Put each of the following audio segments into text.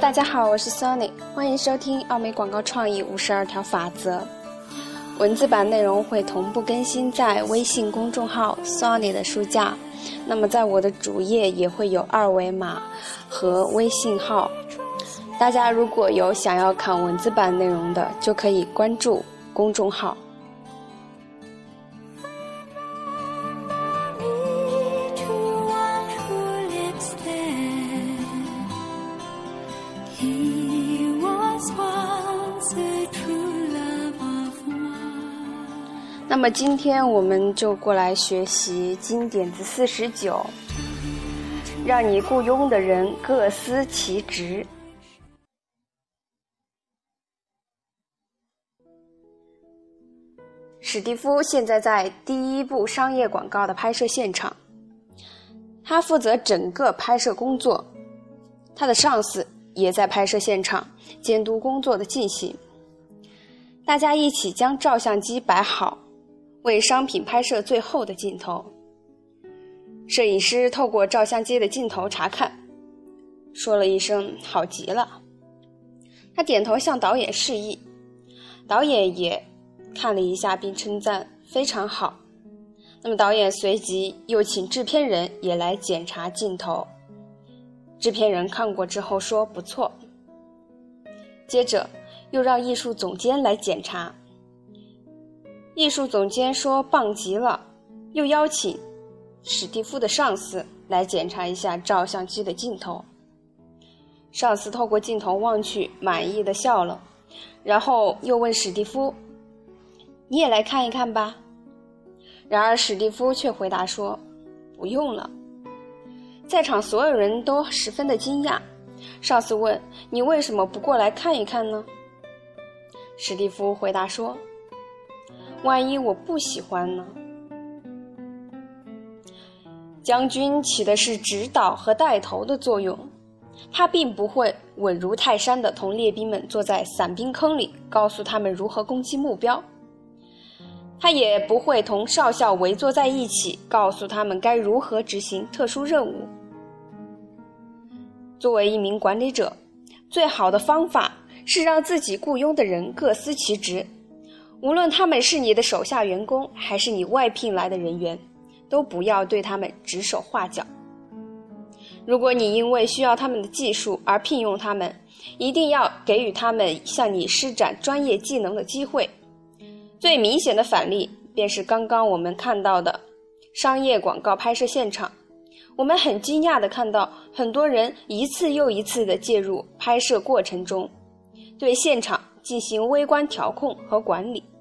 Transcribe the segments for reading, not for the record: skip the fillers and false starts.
大家好，我是 Sony， 欢迎收听奥美广告创意52条法则。文字版内容会同步更新在微信公众号 Sony 的书架，那么在我的主页也会有二维码和微信号，大家如果有想要看文字版内容的，就可以关注公众号。那么今天我们就过来学习金点子49，让你雇佣的人各司其职。史蒂夫现在在第一部商业广告的拍摄现场，他负责整个拍摄工作，他的上司也在拍摄现场监督工作的进行。大家一起将照相机摆好，为商品拍摄最后的镜头。摄影师透过照相机的镜头查看，说了一声好极了。他点头向导演示意，导演也看了一下并称赞非常好。那么导演随即又请制片人也来检查镜头，制片人看过之后说不错，接着又让艺术总监来检查，艺术总监说棒极了，又邀请史蒂夫的上司来检查一下照相机的镜头。上司透过镜头望去，满意的笑了，然后又问史蒂夫，你也来看一看吧。然而史蒂夫却回答说不用了。在场所有人都十分的惊讶，上司问，你为什么不过来看一看呢？史蒂夫回答说，万一我不喜欢呢？将军起的是指导和带头的作用，他并不会稳如泰山地同列兵们坐在散兵坑里，告诉他们如何攻击目标。他也不会同少校围坐在一起，告诉他们该如何执行特殊任务。作为一名管理者，最好的方法是让自己雇佣的人各司其职，无论他们是你的手下员工还是你外聘来的人员，都不要对他们指手画脚。如果你因为需要他们的技术而聘用他们，一定要给予他们向你施展专业技能的机会。最明显的反例便是刚刚我们看到的商业广告拍摄现场。我们很惊讶地看到很多人一次又一次地介入拍摄过程中，对现场进行微观调控和管理。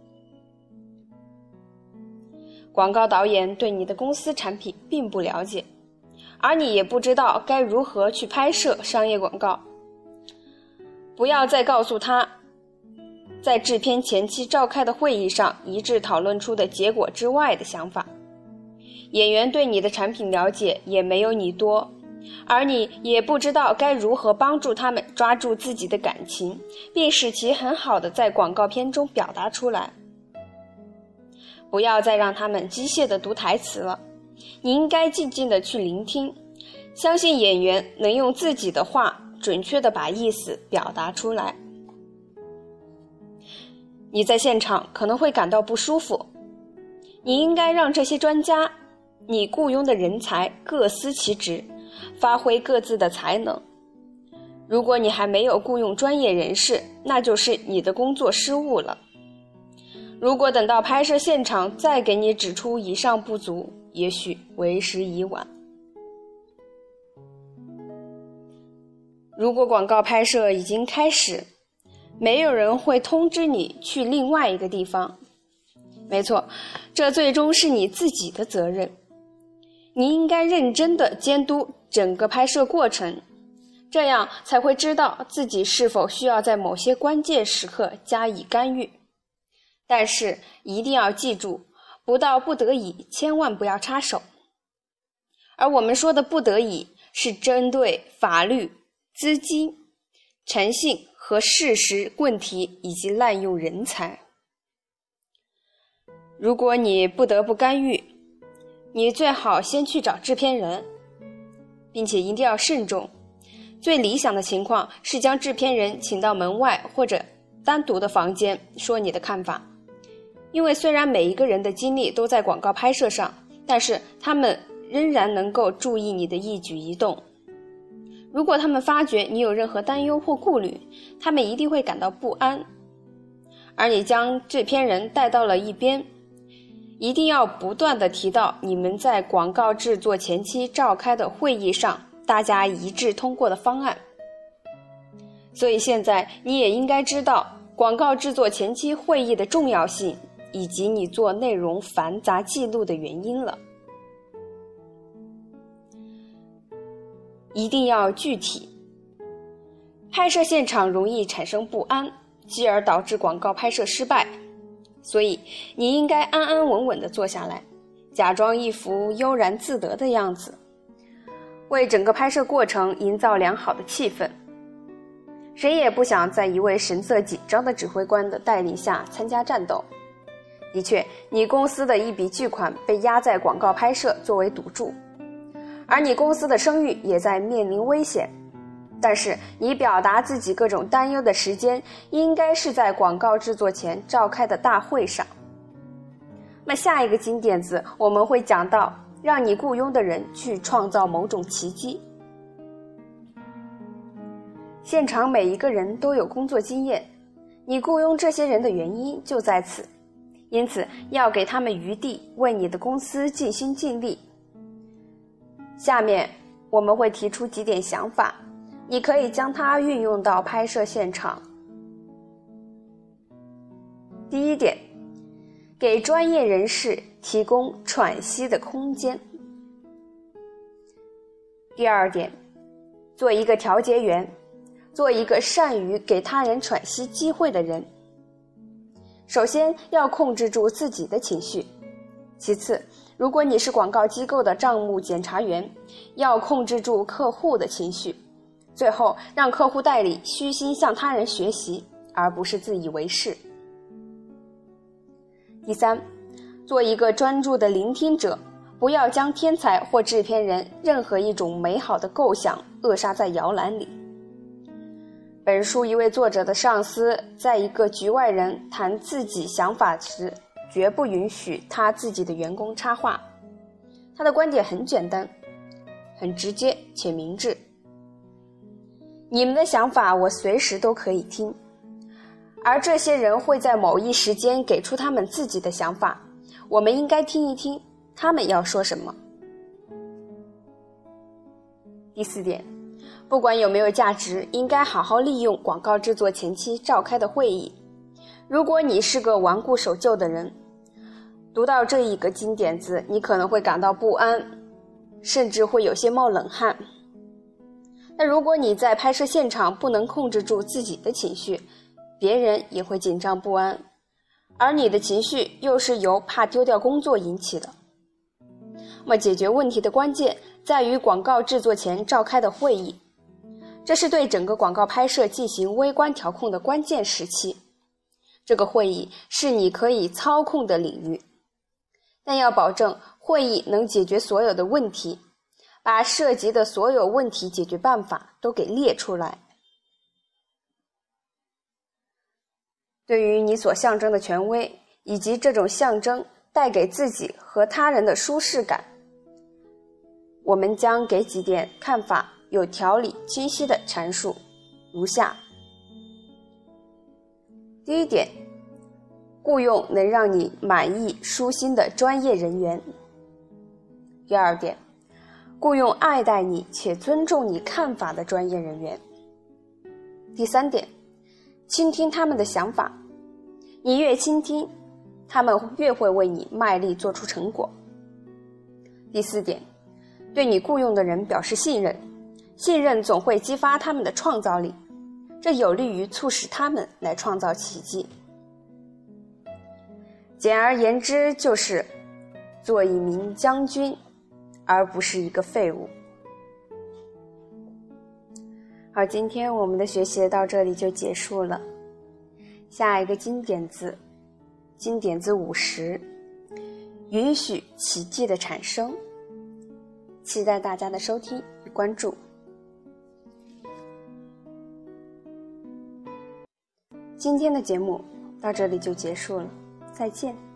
广告导演对你的公司产品并不了解，而你也不知道该如何去拍摄商业广告。不要再告诉他在制片前期召开的会议上一致讨论出的结果之外的想法。演员对你的产品了解也没有你多，而你也不知道该如何帮助他们抓住自己的感情，并使其很好地在广告片中表达出来。不要再让他们机械地读台词了，你应该静静地去聆听，相信演员能用自己的话准确地把意思表达出来。你在现场可能会感到不舒服，你应该让这些专家，你雇佣的人才各司其职，发挥各自的才能。如果你还没有雇佣专业人士，那就是你的工作失误了。如果等到拍摄现场再给你指出以上不足，也许为时已晚。如果广告拍摄已经开始，没有人会通知你去另外一个地方。没错，这最终是你自己的责任。你应该认真地监督整个拍摄过程，这样才会知道自己是否需要在某些关键时刻加以干预。但是一定要记住，不到不得已千万不要插手。而我们说的不得已，是针对法律、资金、诚信和事实问题以及滥用人才。如果你不得不干预，你最好先去找制片人，并且一定要慎重， 最理想的情况是将制片人请到门外或者单独的房间说你的看法，因为虽然每一个人的精力都在广告拍摄上，但是他们仍然能够注意你的一举一动。如果他们发觉你有任何担忧或顾虑，他们一定会感到不安。而你将制片人带到了一边，一定要不断地提到你们在广告制作前期召开的会议上大家一致通过的方案。所以现在你也应该知道广告制作前期会议的重要性，以及你做内容繁杂记录的原因了。一定要具体。拍摄现场容易产生不安，继而导致广告拍摄失败，所以你应该安安稳稳地坐下来，假装一副悠然自得的样子，为整个拍摄过程营造良好的气氛。谁也不想在一位神色紧张的指挥官的带领下参加战斗。的确，你公司的一笔巨款被压在广告拍摄作为赌注，而你公司的声誉也在面临危险。但是你表达自己各种担忧的时间应该是在广告制作前召开的大会上。那下一个金点子我们会讲到让你雇佣的人去创造某种奇迹。现场每一个人都有工作经验，你雇佣这些人的原因就在此，因此要给他们余地，为你的公司尽心尽力。下面我们会提出几点想法，你可以将它运用到拍摄现场。第一点，给专业人士提供喘息的空间。第二点，做一个调节员，做一个善于给他人喘息机会的人。首先要控制住自己的情绪，其次，如果你是广告机构的账目检查员，要控制住客户的情绪，最后让客户代理虚心向他人学习，而不是自以为是。第三，做一个专注的聆听者，不要将天才或制片人任何一种美好的构想扼杀在摇篮里。本书一位作者的上司在一个局外人谈自己想法时，绝不允许他自己的员工插话。他的观点很简单，很直接且明智。你们的想法我随时都可以听，而这些人会在某一时间给出他们自己的想法，我们应该听一听他们要说什么。第四点，不管有没有价值，应该好好利用广告制作前期召开的会议。如果你是个顽固守旧的人，读到这一个金点子，你可能会感到不安，甚至会有些冒冷汗。但如果你在拍摄现场不能控制住自己的情绪，别人也会紧张不安，而你的情绪又是由怕丢掉工作引起的。那么解决问题的关键在于广告制作前召开的会议，这是对整个广告拍摄进行微观调控的关键时期。这个会议是你可以操控的领域，但要保证会议能解决所有的问题，把涉及的所有问题解决办法都给列出来。对于你所象征的权威，以及这种象征带给自己和他人的舒适感，我们将给几点看法有条理清晰的阐述，如下。第一点，雇佣能让你满意舒心的专业人员。第二点，雇佣爱戴你且尊重你看法的专业人员。第三点，倾听他们的想法，你越倾听，他们越会为你卖力做出成果。第四点，对你雇佣的人表示信任，信任总会激发他们的创造力，这有利于促使他们来创造奇迹。简而言之，就是做一名将军，而不是一个废物。好，今天我们的学习到这里就结束了。下一个金点子50，允许奇迹的产生。期待大家的收听与关注。 今天的节目到这里就结束了，再见。